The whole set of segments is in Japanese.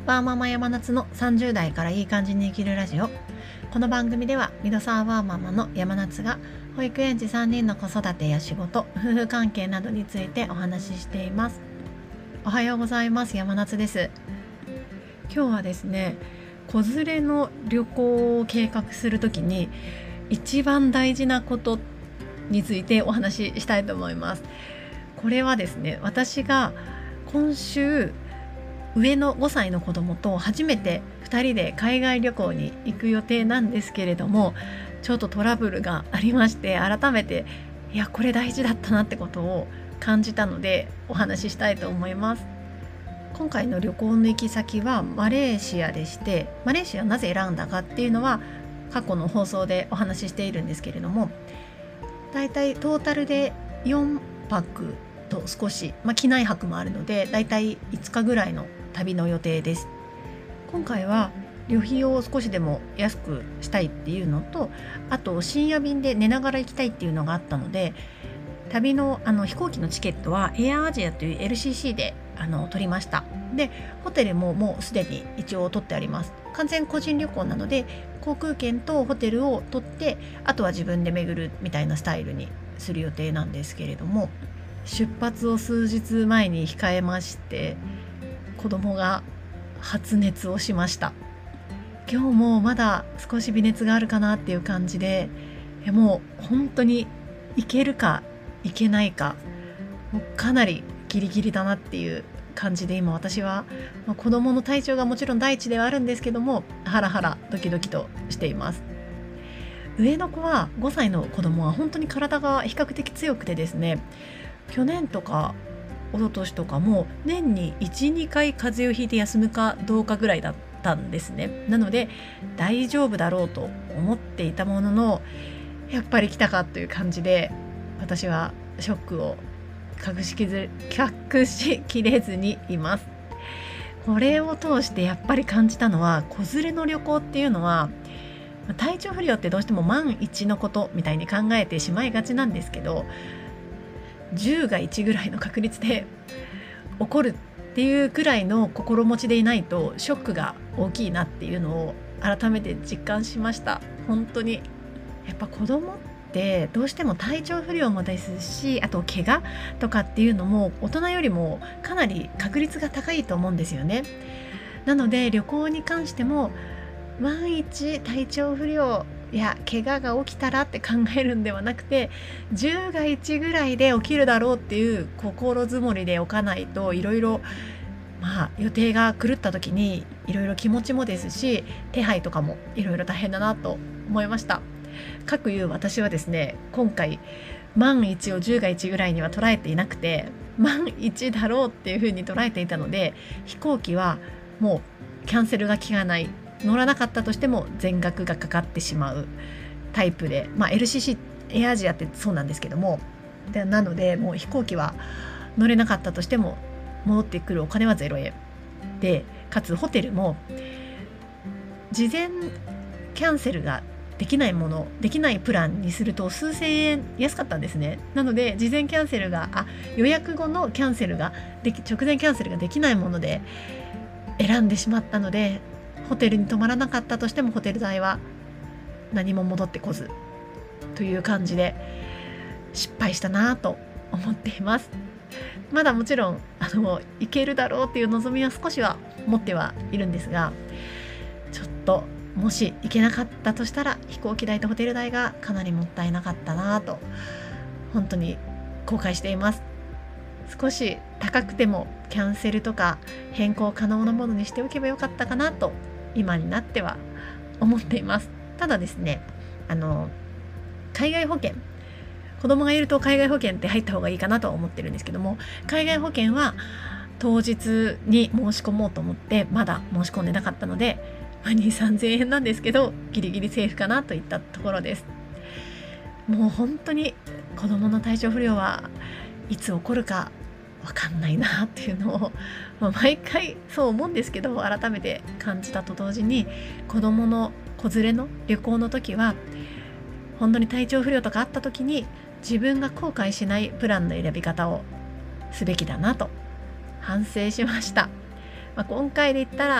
パーママ山夏の30代からいい感じに生きるラジオ。この番組ではミドサーワーママの山夏が保育園児3人の子育てや仕事、夫婦関係などについてお話ししています。おはようございます。山夏です。今日はですね、子連れの旅行を計画するときに一番大事なことについてお話ししたいと思います。これはですね、私が今週上の5歳の子供と初めて2人で海外旅行に行く予定なんですけれども、ちょっとトラブルがありまして、改めてこれ大事だったなってことを感じたのでお話ししたいと思います。今回の旅行の行き先はマレーシアでして、マレーシアをなぜ選んだかっていうのは過去の放送でお話ししているんですけれども、だいたいトータルで4泊と少し、機内泊もあるのでだいたい5日ぐらいの旅の予定です。今回は旅費を少しでも安くしたいっていうのと、あと深夜便で寝ながら行きたいっていうのがあったので、旅の飛行機のチケットはエアアジアという LCC で取りました。で、ホテルももうすでに一応取ってあります。完全個人旅行なので航空券とホテルを取って、あとは自分で巡るみたいなスタイルにする予定なんですけれども、出発を数日前に控えまして、子供が発熱をしました。今日もまだ少し微熱があるかなっていう感じで、もう本当に行けるか行けないか、もうかなりギリギリだなっていう感じで、今私は子供の体調がもちろん第一ではあるんですけども、ハラハラドキドキとしています。上の子は5歳の子供は本当に体が比較的強くてですね、去年とか一昨年とかも年に 1,2 回風邪をひいて休むかどうかぐらいだったんですね。なので大丈夫だろうと思っていたものの、やっぱり来たかという感じで、私はショックを隠しきれずにいます。これを通してやっぱり感じたのは、子連れの旅行っていうのは体調不良ってどうしても万一のことみたいに考えてしまいがちなんですけど、10が1ぐらいの確率で起こるっていうくらいの心持ちでいないとショックが大きいなっていうのを改めて実感しました。本当にやっぱ子供ってどうしても体調不良もですし、あと怪我とかっていうのも大人よりもかなり確率が高いと思うんですよね。なので旅行に関しても万一体調不良や怪我が起きたらって考えるんではなくて、10が1ぐらいで起きるだろうっていう心づもりでおかないと、いろいろ予定が狂った時にいろいろ気持ちもですし、手配とかもいろいろ大変だなと思いました。かくいう私はですね、今回万1を10が1ぐらいには捉えていなくて、万1だろうっていうふうに捉えていたので、飛行機はもうキャンセルが効かない、乗らなかったとしても全額がかかってしまうタイプで、LCC エアアジアってそうなんですけども、なのでもう飛行機は乗れなかったとしても戻ってくるお金は0円で、かつホテルも事前キャンセルができないプランにすると数千円安かったんですね。なので事前キャンセルが予約後のキャンセルが直前キャンセルができないもので選んでしまったので、ホテルに泊まらなかったとしてもホテル代は何も戻ってこずという感じで失敗したなと思っています。まだもちろん行けるだろうっていう望みは少しは持ってはいるんですが、ちょっともし行けなかったとしたら飛行機代とホテル代がかなりもったいなかったなと本当に後悔しています。少し高くてもキャンセルとか変更可能なものにしておけばよかったかなと今になっては思っています。ただですね、海外保険、子供がいると海外保険って入った方がいいかなとは思ってるんですけども、海外保険は当日に申し込もうと思ってまだ申し込んでなかったので、2,000-3,000円なんですけどギリギリセーフかなといったところです。もう本当に子供の体調不良はいつ起こるか分かんないなっていうのを、毎回そう思うんですけど、改めて感じたと同時に、子連れの旅行の時は本当に体調不良とかあった時に自分が後悔しないプランの選び方をすべきだなと反省しました。今回で言ったら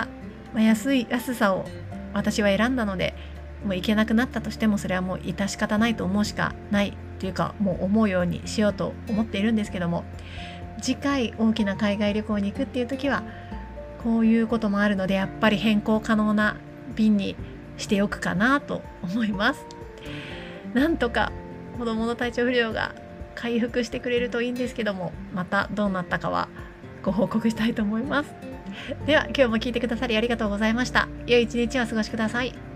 安さを私は選んだので、もう行けなくなったとしてもそれはもう致し方ないと思うしかないというか、もう思うようにしようと思っているんですけども、次回大きな海外旅行に行くっていう時はこういうこともあるので、やっぱり変更可能な便にしておくかなと思います。なんとか子供の体調不良が回復してくれるといいんですけども、またどうなったかはご報告したいと思います。では今日も聞いてくださりありがとうございました。良い一日をお過ごしください。